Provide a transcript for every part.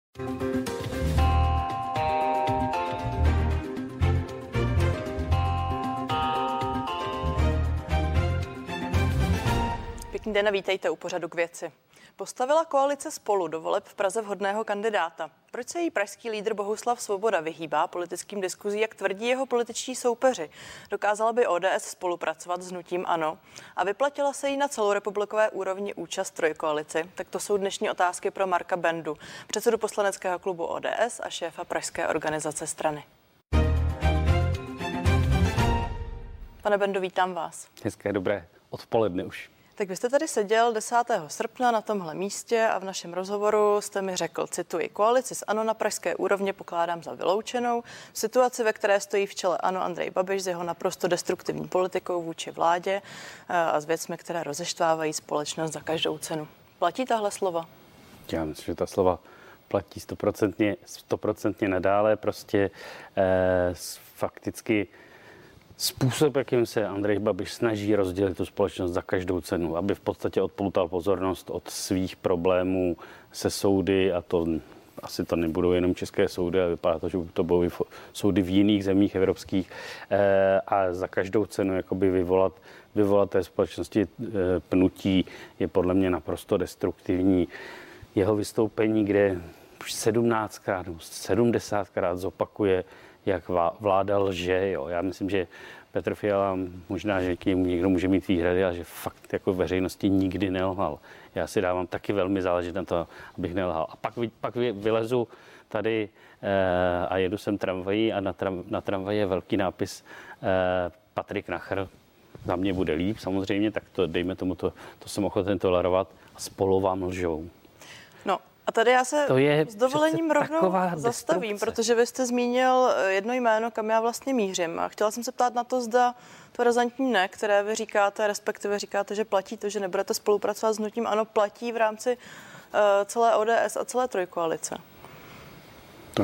Pěkný den a vítejte u pořadu K věci. Postavila koalice Spolu do voleb v Praze vhodného kandidáta. Proč se jí pražský lídr Bohuslav Svoboda vyhýbá politickým diskuzí, jak tvrdí jeho političtí soupeři? Dokázala by ODS spolupracovat s hnutím ANO a vyplatila se jí na celorepublikové úrovni účast trojkoalici? Tak to jsou dnešní otázky pro Marka Bendu, předsedu poslaneckého klubu ODS a šéfa pražské organizace strany. Pane Bendu, vítám vás. Hezké dobré odpoledne už. Tak vy jste tady seděl 10. srpna na tomhle místě a v našem rozhovoru jste mi řekl, cituji, koalici s ANO na pražské úrovni pokládám za vyloučenou. V situaci, ve které stojí v čele ANO Andrej Babiš s jeho naprosto destruktivní politikou vůči vládě a s věcmi, které rozeštvávají společnost za každou cenu. Platí tahle slova? Já myslím, že ta slova platí 100% nadále. Prostě fakticky způsob, jakým se Andrej Babiš snaží rozdělit tu společnost za každou cenu, aby v podstatě odpoutal pozornost od svých problémů se soudy, a to asi to nebudou jenom české soudy, ale vypadá to, že to budou soudy v jiných zemích evropských, a za každou cenu jakoby vyvolat té společnosti pnutí je podle mě naprosto destruktivní. Jeho vystoupení, kde už 17krát nebo 70krát zopakuje, jak vláda lže. Jo. Já myslím, že Petr Fiala, možná, že k němu někdo může mít výhrady, ale že fakt jako veřejnosti nikdy nelhal. Já si dávám taky velmi záležet na to, abych nelhal. A pak vylezu tady a jedu sem tramvají a na tramvaji je velký nápis Patrik Nacher. Za mě bude líp samozřejmě, tak to dejme tomu, to jsem ochoten tolerovat. A Spolu vám lžou. No. A tady já se s dovolením rovnou zastavím, protože vy jste zmínil jedno jméno, kam já vlastně mířím. A chtěla jsem se ptát na to, zda to razantní ne, které vy říkáte, respektive říkáte, že platí to, že nebudete spolupracovat s hnutím ANO, platí v rámci celé ODS a celé trojkoalice. Tak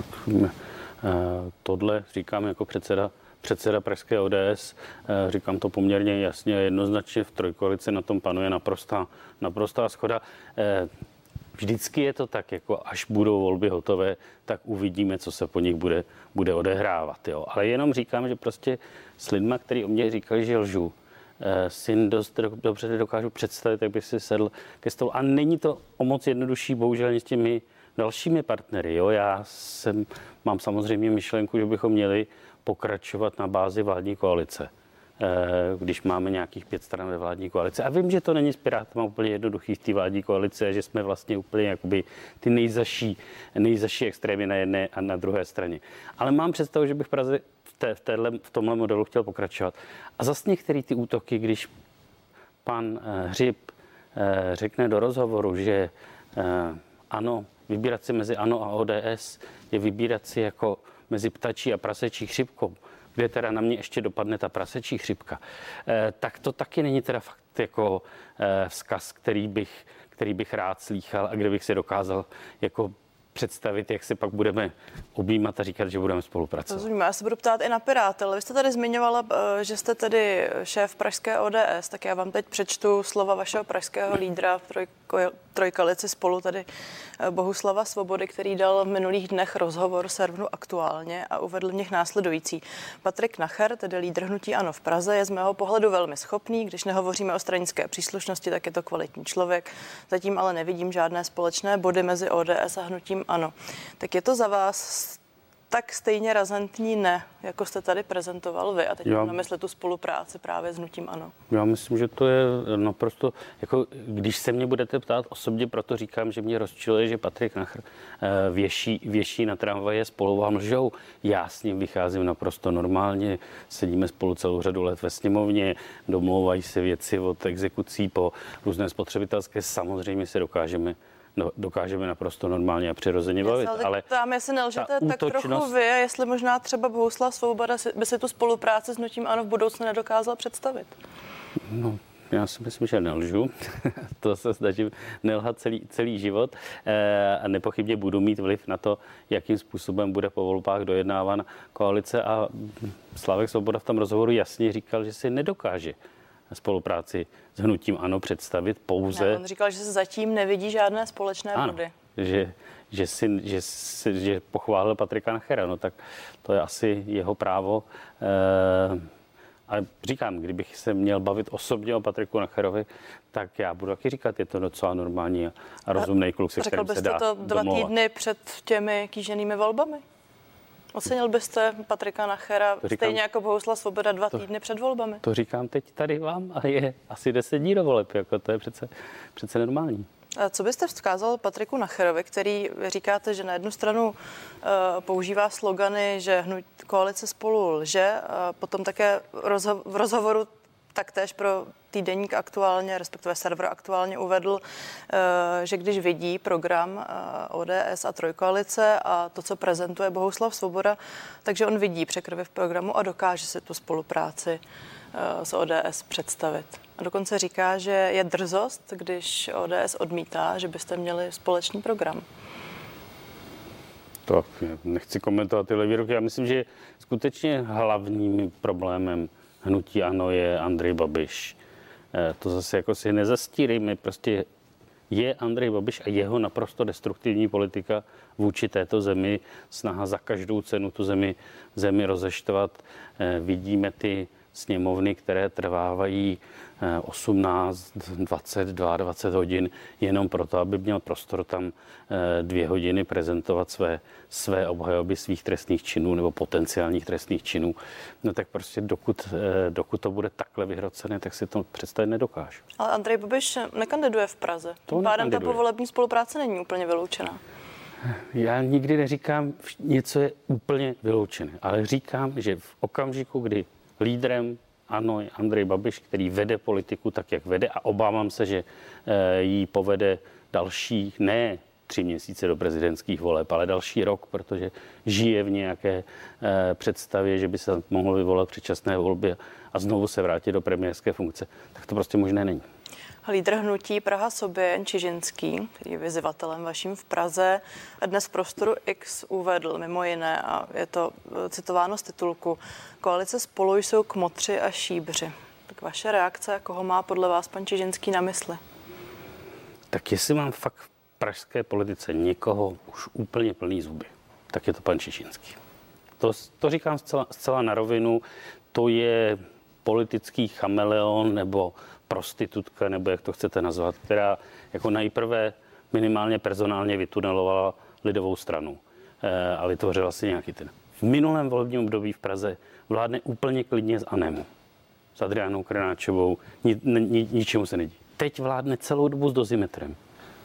tohle říkám jako předseda pražské ODS, říkám to poměrně jasně a jednoznačně, v trojkoalici na tom panuje naprostá shoda. Vždycky je to tak, jako až budou volby hotové, tak uvidíme, co se po nich bude odehrávat. Jo. Ale jenom říkám, že prostě s lidma, který o mě říkali, že lžu, si dost dobře dokážu představit, jak bych si sedl ke stolu. A není to o moc jednodušší, bohužel, s těmi dalšími partnery. Jo. Mám samozřejmě myšlenku, že bychom měli pokračovat na bázi vládní koalice, když máme nějakých 5 stran ve vládní koalici. A vím, že to není s Pirátama úplně jednoduchý v té vládní koalici a že jsme vlastně úplně jakoby ty nejzaší extrémy na jedné a na druhé straně. Ale mám představu, že bych v Praze v tomhle modelu chtěl pokračovat. A zase některé ty útoky, když pan Hřib řekne do rozhovoru, že ano, vybírat si mezi ANO a ODS je vybírat si jako mezi ptačí a prasečí chřipkou, kde teda na mě ještě dopadne ta prasečí chřipka, tak to taky není teda fakt jako vzkaz, který bych rád slýchal a kde bych si dokázal jako představit, jak se pak budeme objímat a říkat, že budeme spolupracovat. Rozumím, já se budu ptát i na Piráty, ale vy jste tady zmiňovala, že jste tedy šéf pražské ODS, tak já vám teď přečtu slova vašeho pražského lídra v trojkoalici Spolu, tady Bohuslava Svobody, který dal v minulých dnech rozhovor serveru Aktuálně a uvedl v nich následující. Patrik Nacher, tedy lídr hnutí ANO v Praze, je z mého pohledu velmi schopný, když nehovoříme o stranické příslušnosti, tak je to kvalitní člověk. Zatím ale nevidím žádné společné body mezi ODS a hnutím ANO. Tak je to za vás tak stejně razantní ne, jako jste tady prezentoval vy, a teď mám na mysli tu spolupráci právě s hnutím ANO? Já myslím, že to je naprosto, jako když se mě budete ptát osobně, proto říkám, že mě rozčiluje, že Patrik Nacher věší na tramvaje Spolu vám lžou. Já s ním vycházím naprosto normálně, sedíme spolu celou řadu let ve sněmovně, domlouvají se věci od exekucí po různé spotřebitelské, samozřejmě se dokážeme naprosto normálně a přirozeně bavit. Ale tam, jestli nelžete tak trochu vy, jestli možná třeba Bohuslav Svoboda by si tu spolupráci s hnutím ANO v budoucnu nedokázal představit. No, já si myslím, že nelžu. To se snažím nelhat celý život a nepochybně budu mít vliv na to, jakým způsobem bude po volbách dojednávána koalice, a Slávek Svoboda v tom rozhovoru jasně říkal, že si nedokáže spolupráci s hnutím ANO představit pouze. Ne, on říkal, že se zatím nevidí žádné společné body. že pochválil Patrika Nachera. No tak to je asi jeho právo. Ale říkám, kdybych se měl bavit osobně o Patriku Nacherovi, tak já budu taky říkat, je to docela normální a rozumný kluk, se kterým se dá Řekl byste to 2 týdny před těmi kýženými volbami? Ocenil byste Patrika Nachera stejně jako Bohuslav Svoboda 2 týdny před volbami? To říkám teď tady vám a je asi 10 dní do voleb, jako to je přece normální. A co byste vzkázal Patriku Nacherovi, který říkáte, že na jednu stranu používá slogany, že koalice Spolu lže, a potom také v rozhovoru taktéž pro týdeník Aktuálně, respektive server Aktuálně uvedl, že když vidí program ODS a trojkoalice a to, co prezentuje Bohuslav Svoboda, takže on vidí překryvy v programu a dokáže si tu spolupráci s ODS představit. A dokonce říká, že je drzost, když ODS odmítá, že byste měli společný program. To nechci komentovat tyhle výroky. Já myslím, že skutečně hlavním problémem hnutí ANO je Andrej Babiš. To zase jako si nezastírejme, prostě je Andrej Babiš a jeho naprosto destruktivní politika vůči této zemi, snaha za každou cenu tu zemi rozeštvat. Vidíme ty sněmovny, které trvávají 18, 20, 22 hodin jenom proto, aby měl prostor tam 2 hodiny prezentovat své obhajoby svých trestných činů nebo potenciálních trestných činů. No tak prostě dokud to bude takhle vyhrocené, tak si to představit nedokážu. Ale Andrej Babiš nekandiduje v Praze. Tím pádem ta povolební spolupráce není úplně vyloučená. Já nikdy neříkám, něco je úplně vyloučené, ale říkám, že v okamžiku, kdy lídrem ANO je Andrej Babiš, který vede politiku tak, jak vede a obávám se, že jí povede dalších, ne 3 měsíce do prezidentských voleb, ale další rok, protože žije v nějaké představě, že by se mohl vyvolat předčasné volby a znovu se vrátit do premiérské funkce, tak to prostě možné není. Lídr hnutí Praha sobě, Jan Čižinský, který je vyzývatelem vaším v Praze, dnes v Prostoru X uvedl mimo jiné, a je to citováno z titulku, koalice Spolu jsou kmotři a šíbři. Tak vaše reakce, koho má podle vás pan Čižinský na mysli? Tak jestli mám fakt v pražské politice někoho už úplně plný zuby, tak je to pan Čižinský. To říkám zcela na rovinu, to je politický chameleon nebo prostitutka, nebo jak to chcete nazvat, která jako nejprve minimálně personálně vytunelovala lidovou stranu a vytvořila si nějaký ten. V minulém volebním období v Praze vládne úplně klidně s Anemu, s Adriánou Krnáčovou, ničemu se nedí. Teď vládne celou dobu s Dozimetrem.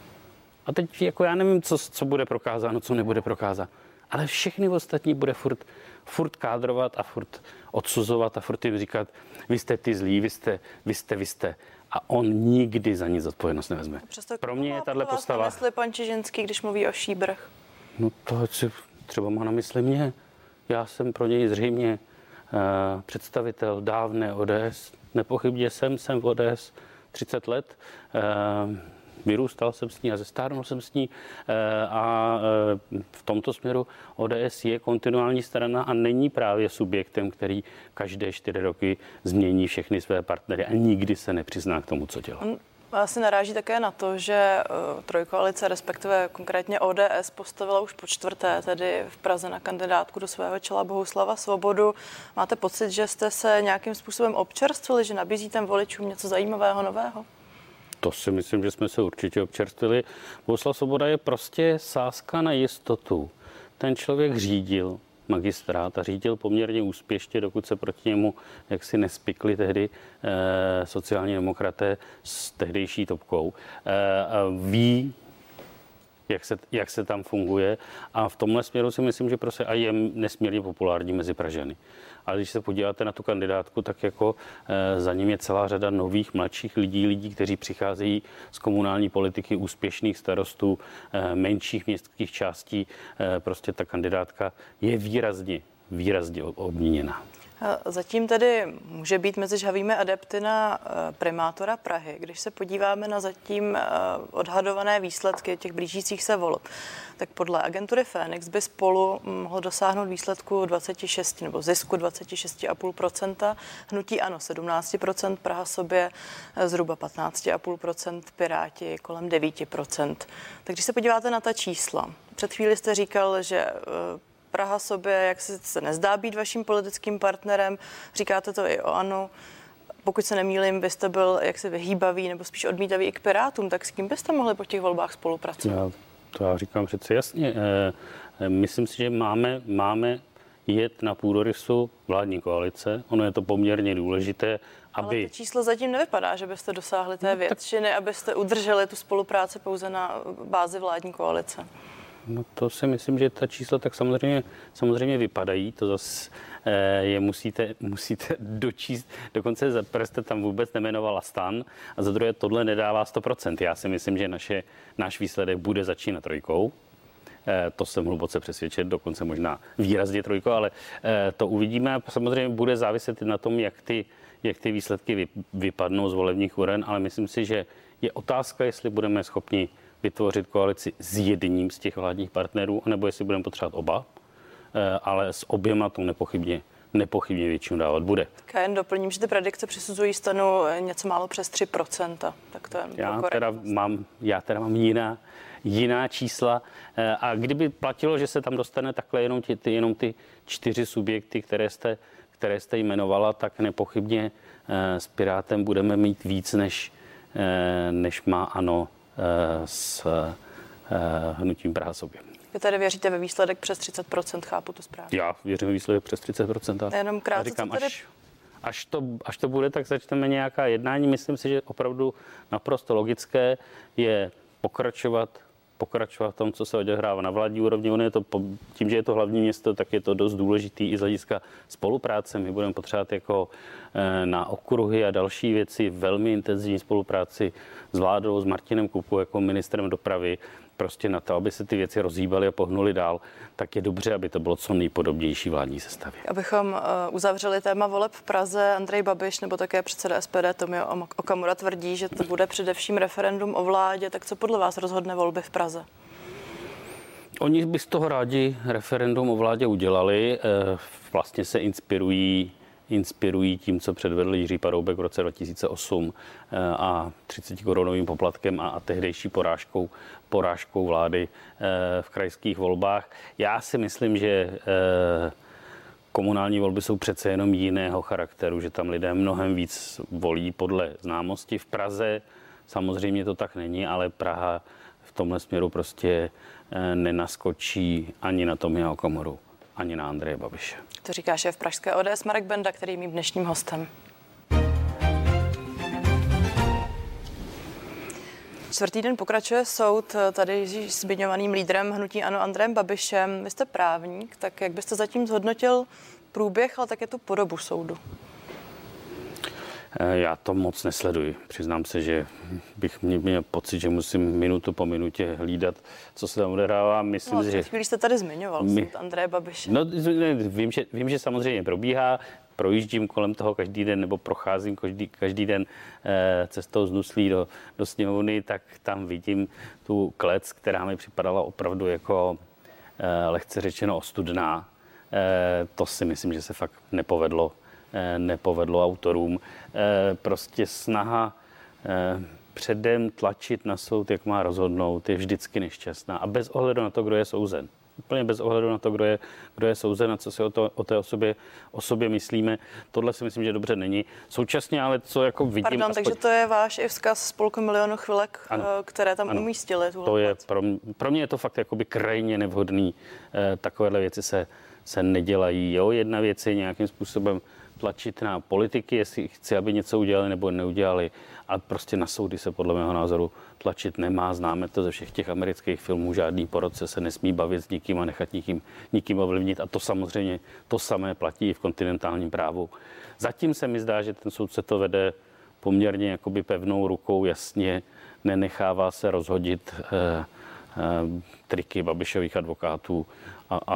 A teď jako já nevím, co bude prokázáno, co nebude prokázáno, ale všechny ostatní bude furt kádrovat a furt odsuzovat a furt jim říkat, vy jste ty zlí, vy jste. A on nikdy za nic zodpovědnost nevezme. Přesto pro mě je tahle postava. Co myslí pan Čižinský, když mluví o šíbrech? No to třeba má na mysli mě. Já jsem pro něj zřejmě představitel dávné ODS. Nepochybně jsem v ODS 30 let. Vyrůstal jsem s ní a zestárnul jsem s ní a v tomto směru ODS je kontinuální strana a není právě subjektem, který každé 4 roky změní všechny své partnery a nikdy se nepřizná k tomu, co dělá. On asi naráží také na to, že trojkoalice, respektive konkrétně ODS, postavila už po 4. tedy v Praze na kandidátku do svého čela Bohuslava Svobodu. Máte pocit, že jste se nějakým způsobem občerstvili, že nabízíte voličům něco zajímavého, nového? To si myslím, že jsme se určitě občerstvili. Bohuslav Svoboda je prostě sázka na jistotu. Ten člověk řídil magistrát a řídil poměrně úspěšně, dokud se proti němu jaksi nespikli tehdy sociální demokraté s tehdejší topkou. Ví, jak se tam funguje a v tomhle směru si myslím, že prostě a je nesmírně populární mezi Pražany. Ale když se podíváte na tu kandidátku, tak jako za ním je celá řada nových, mladších lidí, kteří přicházejí z komunální politiky, úspěšných starostů, menších městských částí. Prostě ta kandidátka je výrazně obměněná. Zatím tedy může být mezi žhavými adepty na primátora Prahy. Když se podíváme na zatím odhadované výsledky těch blížících se voleb, tak podle agentury Fénix by Spolu mohlo dosáhnout výsledku 26 nebo zisku 26,5%, hnutí ANO 17%, Praha sobě zhruba 15,5%, Piráti kolem 9%. Tak když se podíváte na ta čísla, před chvíli jste říkal, že Praha sobě, jak se nezdá být vaším politickým partnerem, říkáte to i o ANO. Pokud se nemýlím, byste byl jaksi vyhýbavý nebo spíš odmítavý i k Pirátům, tak s kým byste mohli po těch volbách spolupracovat? Já říkám přece jasně. Myslím si, že máme jet na půdorysu vládní koalice. Ono je to poměrně důležité, aby... Ale to číslo zatím nevypadá, že byste dosáhli té většiny, abyste udrželi tu spolupráci pouze na bázi vládní koalice. No to si myslím, že ta čísla tak samozřejmě vypadají, to zase je musíte dočíst, dokonce za prvé jste tam vůbec nemenovala STAN a za druhé tohle nedává 100%. Já si myslím, že náš výsledek bude začínat trojkou, to jsem hluboce přesvědčen, dokonce možná výrazně trojkou, ale to uvidíme a samozřejmě bude záviset na tom, jak ty výsledky vypadnou z volebních uren, ale myslím si, že je otázka, jestli budeme schopni vytvořit koalici s jedním z těch vládních partnerů, nebo jestli budeme potřebovat oba, ale s oběma to nepochybně většinu dávat bude. Tak já jen doplním, že ty predikce přisuzují STANu něco málo přes 3%. Tak to je já teda mám jiná čísla a kdyby platilo, že se tam dostane takhle jenom ty 4 subjekty, které jste jmenovala, tak nepochybně s Pirátem budeme mít víc, než má ANO s hnutím Praha sobě. Vy tady věříte ve výsledek přes 30%, chápu to správně? Já věřím ve výsledek přes 30%. Jenom krátce, říkám, tady... až to bude, tak začneme nějaká jednání. Myslím si, že opravdu naprosto logické je pokračovat v tom, co se odehrává na vládní úrovni. On je to, tím, že je to hlavní město, tak je to dost důležitý i z hlediska spolupráce. My budeme potřebovat jako na okruhy a další věci velmi intenzivní spolupráci s vládou, s Martinem Kupkou jako ministrem dopravy. Prostě na to, aby se ty věci rozhýbaly a pohnuly dál, tak je dobře, aby to bylo co nejpodobnější vládní sestavě. Abychom uzavřeli téma voleb v Praze, Andrej Babiš nebo také předseda SPD Tomio Okamura tvrdí, že to bude především referendum o vládě. Tak co podle vás rozhodne volby v Praze? Oni by z toho rádi referendum o vládě udělali. Vlastně se inspirují tím, co předvedl Jiří Paroubek v roce 2008 a 30 korunovým poplatkem a tehdejší porážkou vlády v krajských volbách. Já si myslím, že komunální volby jsou přece jenom jiného charakteru, že tam lidé mnohem víc volí podle známosti. V Praze samozřejmě to tak není, ale Praha v tomhle směru prostě nenaskočí ani na Tomia Okamuru, ani na Andreje Babiše. To říká šéf pražské ODS Marek Benda, který je mým dnešním hostem. Čtvrtý den pokračuje soud tady zmiňovaným lídrem hnutí ANO Andrejem Babišem. Vy jste právník, tak jak byste zatím zhodnotil průběh, ale také tu podobu soudu? Já to moc nesleduji. Přiznám se, že bych měl pocit, že musím minutu po minutě hlídat, co se tam odehrává. Myslím, že chvíli jste tady zmiňoval soud Andreje Babiše. No, vím, že samozřejmě probíhá. Projíždím kolem toho každý den nebo procházím každý den cestou z Nuslí do sněmovny, tak tam vidím tu klec, která mi připadala opravdu jako lehce řečeno ostudná. To si myslím, že se fakt nepovedlo autorům. Prostě snaha předem tlačit na soud, jak má rozhodnout, je vždycky nešťastná. A bez ohledu na to, kdo je souzen. Úplně bez ohledu na to, kdo je souzen a co si o té osobě myslíme. Tohle si myslím, že dobře není. Současně ale co jako vidím... Pardon, takže to je váš i vzkaz spolku Milionu chvilek, ano, které tam umístili. To je pro mě je to fakt jakoby krajně nevhodný. Takovéhle věci se nedělají. Jo? Jedna věc je nějakým způsobem tlačit na politiky, jestli chci, aby něco udělali nebo neudělali. A prostě na soudy se podle mého názoru tlačit nemá. Známe to ze všech těch amerických filmů. Žádný porotce se nesmí bavit s nikým a nechat nikým ovlivnit. A to samozřejmě to samé platí i v kontinentálním právu. Zatím se mi zdá, že ten soud se to vede poměrně jakoby pevnou rukou, jasně nenechává se rozhodit triky Babišových advokátů a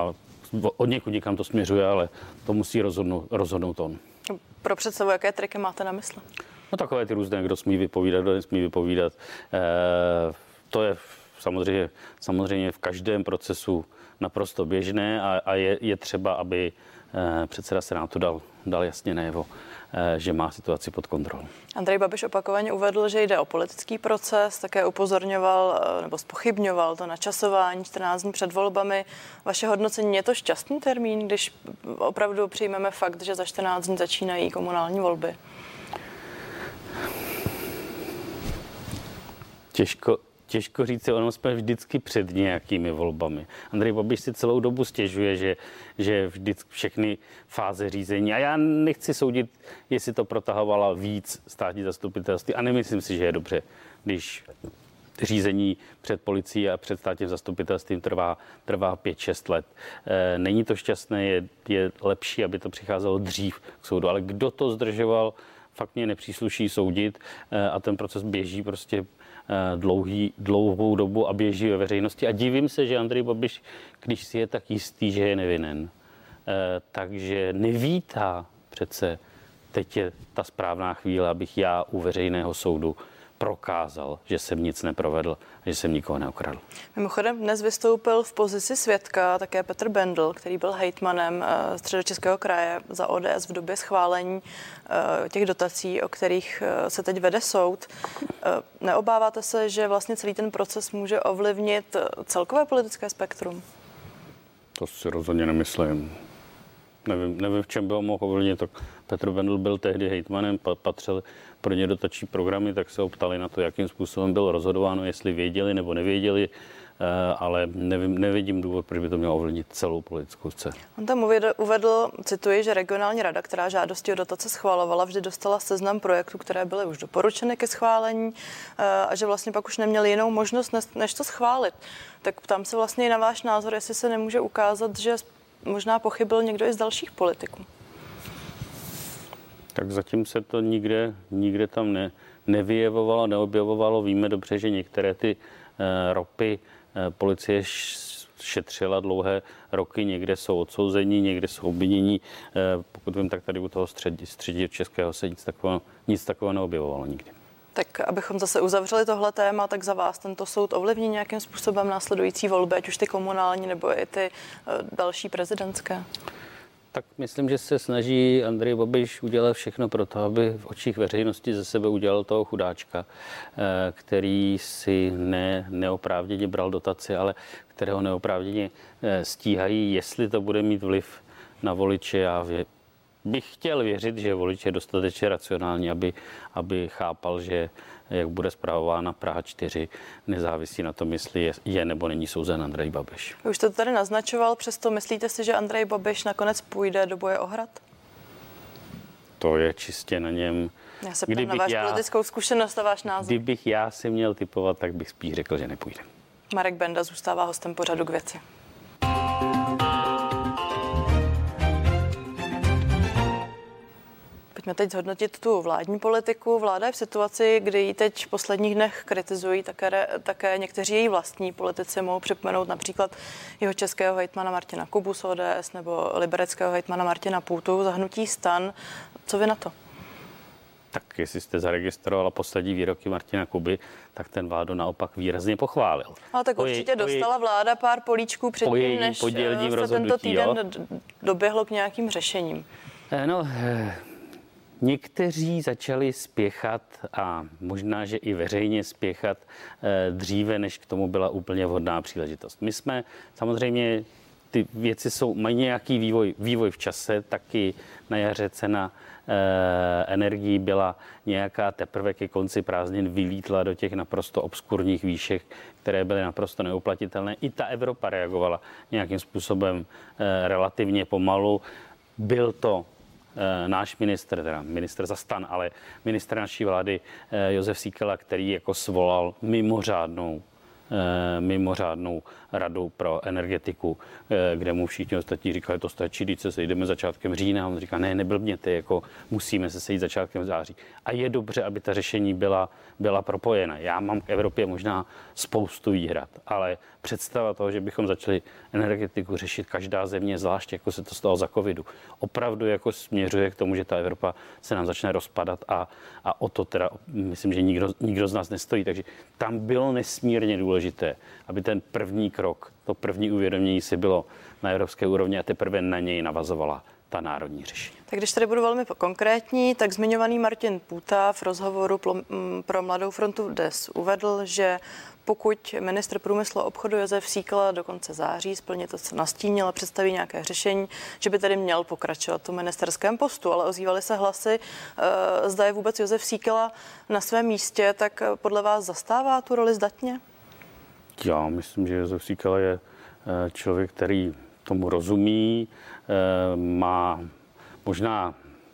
od někud někam to směřuje, ale to musí rozhodnout on. Pro představu, jaké triky máte na mysli? No takové ty různé, kdo smí vypovídat, kdo nesmí vypovídat. To je samozřejmě v každém procesu naprosto běžné a je třeba, aby předseda Senátu dal jasně najevo, že má situaci pod kontrolou. Andrej Babiš opakovaně uvedl, že jde o politický proces, také upozorňoval nebo zpochybňoval to načasování 14 dní před volbami. Vaše hodnocení, je to šťastný termín, když opravdu přijmeme fakt, že za 14 dní začínají komunální volby? Těžko říct, ono jsme vždycky před nějakými volbami. Andrej Babiš si celou dobu stěžuje, že vždycky všechny fáze řízení, a já nechci soudit, jestli to protahovala víc státní zastupitelství, a nemyslím si, že je dobře, když řízení před policií a před státním zastupitelstvím trvá 5-6 let. Není to šťastné, je lepší, aby to přicházelo dřív k soudu, ale kdo to zdržoval, fakt mě nepřísluší soudit a ten proces běží prostě dlouhou dobu a běží ve veřejnosti. A divím se, že Andrej Babiš, když si je tak jistý, že je nevinen, takže nevítá přece, teď je ta správná chvíle, abych já u veřejného soudu prokázal, že jsem nic neprovedl, že jsem nikoho neokradl. Mimochodem dnes vystoupil v pozici svědka také Petr Bendl, který byl hejtmanem Středočeského kraje za ODS v době schválení těch dotací, o kterých se teď vede soud. Neobáváte se, že vlastně celý ten proces může ovlivnit celkové politické spektrum? To si rozhodně nemyslím. Nevím, v čem by ho mohl ovlivnit. Petr Bendl byl tehdy hejtmanem, patřil pro ně dotační programy, tak se ho ptali na to, jakým způsobem bylo rozhodováno, jestli věděli nebo nevěděli, ale nevidím důvod, proč by to mělo ovlivnit celou politickou scénu. On tam uvedl, cituji, že regionální rada, která žádosti o dotace schvalovala, vždy dostala seznam projektů, které byly už doporučeny ke schválení a že vlastně pak už neměli jinou možnost, než to schválit. Tak ptám se vlastně i na váš názor, jestli se nemůže ukázat, že možná pochybil někdo i z dalších politiků. Tak zatím se to nikde tam nevyjevovalo, neobjevovalo. Víme dobře, že některé ty ropy policie šetřila dlouhé roky, někde jsou odsouzení, někde jsou obvinění. Pokud vím, tak tady u toho Středočeského se nic takového neobjevovalo nikdy. Tak abychom zase uzavřeli tohle téma, tak za vás tento soud ovlivní nějakým způsobem následující volby, ať už ty komunální nebo i ty další prezidentské? Tak myslím, že se snaží Andrej Babiš udělat všechno pro to, aby v očích veřejnosti ze sebe udělal toho chudáčka, který si neoprávněně bral dotaci, ale kterého neoprávněně stíhají, jestli to bude mít vliv na voliče. Já bych chtěl věřit, že volič je dostatečně racionální, aby chápal, že jak bude spravována Praha 4, nezávisí na tom, jestli je nebo není souzen Andrej Babiš. Už to tady naznačoval, přesto myslíte si, že Andrej Babiš nakonec půjde do boje o Hrad? To je čistě na něm. Já se ptám na váš politickou zkušenost a váš názor. Kdybych já si měl tipovat, tak bych spíš řekl, že nepůjde. Marek Benda zůstává hostem pořadu K věci. Pojďme teď zhodnotit tu vládní politiku. Vláda je v situaci, kdy ji teď v posledních dnech kritizují také někteří její vlastní politici. Mohou připomenout například jeho českého hejtmana Martina Kubu z ODS nebo libereckého hejtmana Martina Půtu za hnutí STAN. Co vy na to? Tak jestli jste zaregistrovala poslední výroky Martina Kuby, tak ten vládu naopak výrazně pochválil. Ale tak určitě dostala vláda pár políčků předtím, než se tento týden doběhlo k nějakým řešením. Někteří začali spěchat a možná, že i veřejně spěchat dříve, než k tomu byla úplně vhodná příležitost. My jsme samozřejmě, ty věci mají nějaký vývoj v čase, taky na jaře cena energií byla nějaká teprve ke konci prázdnin vylítla do těch naprosto obskurních výšek, které byly naprosto neuplatitelné. I ta Evropa reagovala nějakým způsobem relativně pomalu. Byl to náš ministr za STAN, ale ministr naší vlády Jozef Síkela, který jako svolal mimořádnou mimořádnou radu pro energetiku, kde mu všichni ostatní říkali, to stačí, když se sejdeme začátkem října. On říká, ne, neblbněte, jako musíme se sejít začátkem září. A je dobře, aby ta řešení byla propojena. Já mám k Evropě možná spoustu výhrad, ale představa toho, že bychom začali energetiku řešit každá země zvlášť, jako se to stalo za covidu, opravdu jako směřuje k tomu, že ta Evropa se nám začne rozpadat a o to teda myslím, že nikdo z nás nestojí. Takže tam bylo nesmírně důležité, aby ten první krok, to první uvědomění si bylo na evropské úrovni a teprve na něj navazovala ta národní řešení. Tak když tady budu velmi konkrétní, tak zmiňovaný Martin Půta v rozhovoru pro Mladou frontu DES uvedl, že pokud ministr průmyslu a obchodu Josef Síkela do konce září splní to, co nastínil a představí nějaké řešení, že by tedy měl pokračovat v ministerském postu, ale ozývaly se hlasy, zda je vůbec Josef Síkela na svém místě, tak podle vás zastává tu roli zdatně? Já myslím, že Josef Síkela je člověk, který tomu rozumí, má možná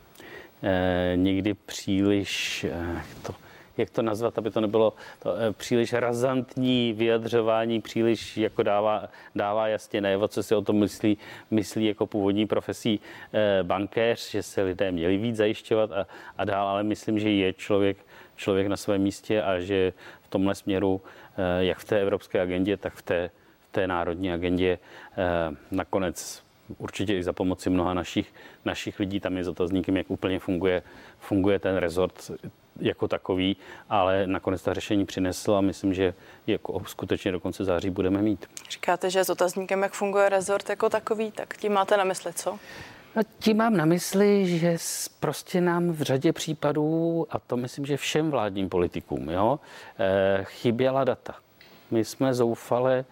někdy příliš, jak to nazvat, aby to nebylo příliš razantní vyjadřování, příliš jako dává jasně najevo, co si o tom myslí jako původní profesí bankéř, že se lidé měli víc zajišťovat a dál, ale myslím, že je člověk na svém místě a že v tomhle směru, jak v té evropské agendě, tak v té národní agendě nakonec určitě i za pomoci mnoha našich lidí, tam je s otazníkem, jak úplně funguje ten rezort jako takový, ale nakonec ta řešení přinesl a myslím, že jako skutečně do konce září budeme mít. Říkáte, že s otazníkem, jak funguje rezort jako takový, tak tím máte na mysli co? No, tím mám na mysli, že prostě nám v řadě případů, a to myslím, že všem vládním politikům, chyběla data. My jsme zoufale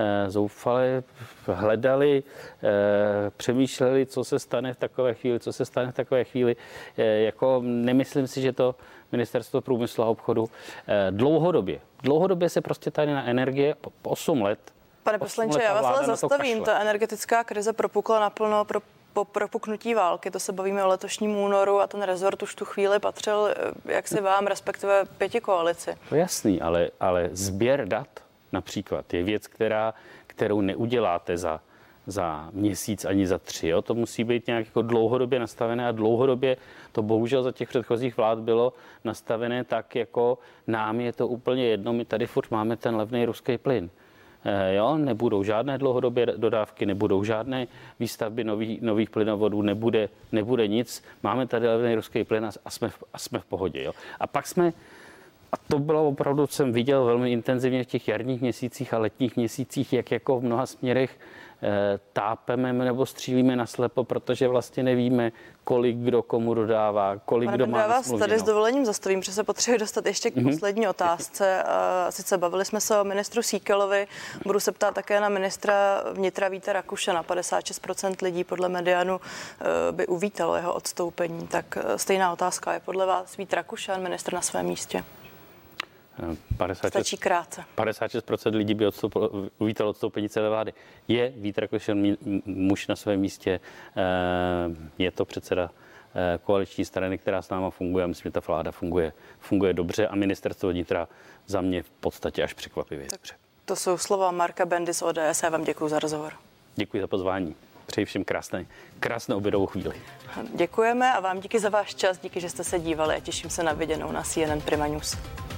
hledali, přemýšleli, co se stane v takové chvíli, Jako nemyslím si, že to Ministerstvo průmyslu a obchodu dlouhodobě se prostě tady na energie 8 let. Pane poslanče, já vás ale zastavím. Ta energetická krize propukla naplno po propuknutí války, to se bavíme o letošním únoru a ten rezort už tu chvíli patřil jaksi vám, respektive pětikoalici. To jasný, ale sběr dat například je věc, kterou neuděláte za měsíc ani za 3. Jo? To musí být nějak jako dlouhodobě nastavené a dlouhodobě to bohužel za těch předchozích vlád bylo nastavené tak, jako nám je to úplně jedno, my tady furt máme ten levný ruský plyn. Nebudou žádné dlouhodobé dodávky, nebudou žádné výstavby nových plynovodů, nebude nic. Máme tady levný ruský plyn a jsme v pohodě. Jo? A pak a to bylo opravdu, jsem viděl velmi intenzivně v těch jarních měsících a letních měsících, jak jako v mnoha směrech tápeme nebo střílíme naslepo, protože vlastně nevíme, kolik kdo komu dodává, kolik kdo má nasmluvěno. Já vás tady s dovolením zastavím, protože se potřebuji dostat ještě k poslední otázce. Sice bavili jsme se o ministru Síkelovi, budu se ptát také na ministra vnitra Víta Rakušana. 56% lidí podle Medianu by uvítalo jeho odstoupení. Tak stejná otázka, je podle vás Vít Rakušan ministr na svém místě? Stačí krátce. 56% lidí by uvítalo odstoupení celé vlády. Je Vít Rakušan muž na svém místě, je to předseda koaliční strany, která s náma funguje. Myslím, že ta vláda funguje dobře a ministerstvo vnitra za mě v podstatě až překvapivě dobře. To jsou slova Marka Bendy z ODS. Já vám děkuji za rozhovor. Děkuji za pozvání. Přeji všem krásnou obědovou chvíli. Děkujeme a vám díky za váš čas, díky, že jste se dívali a těším se na viděnou na CNN Prima News.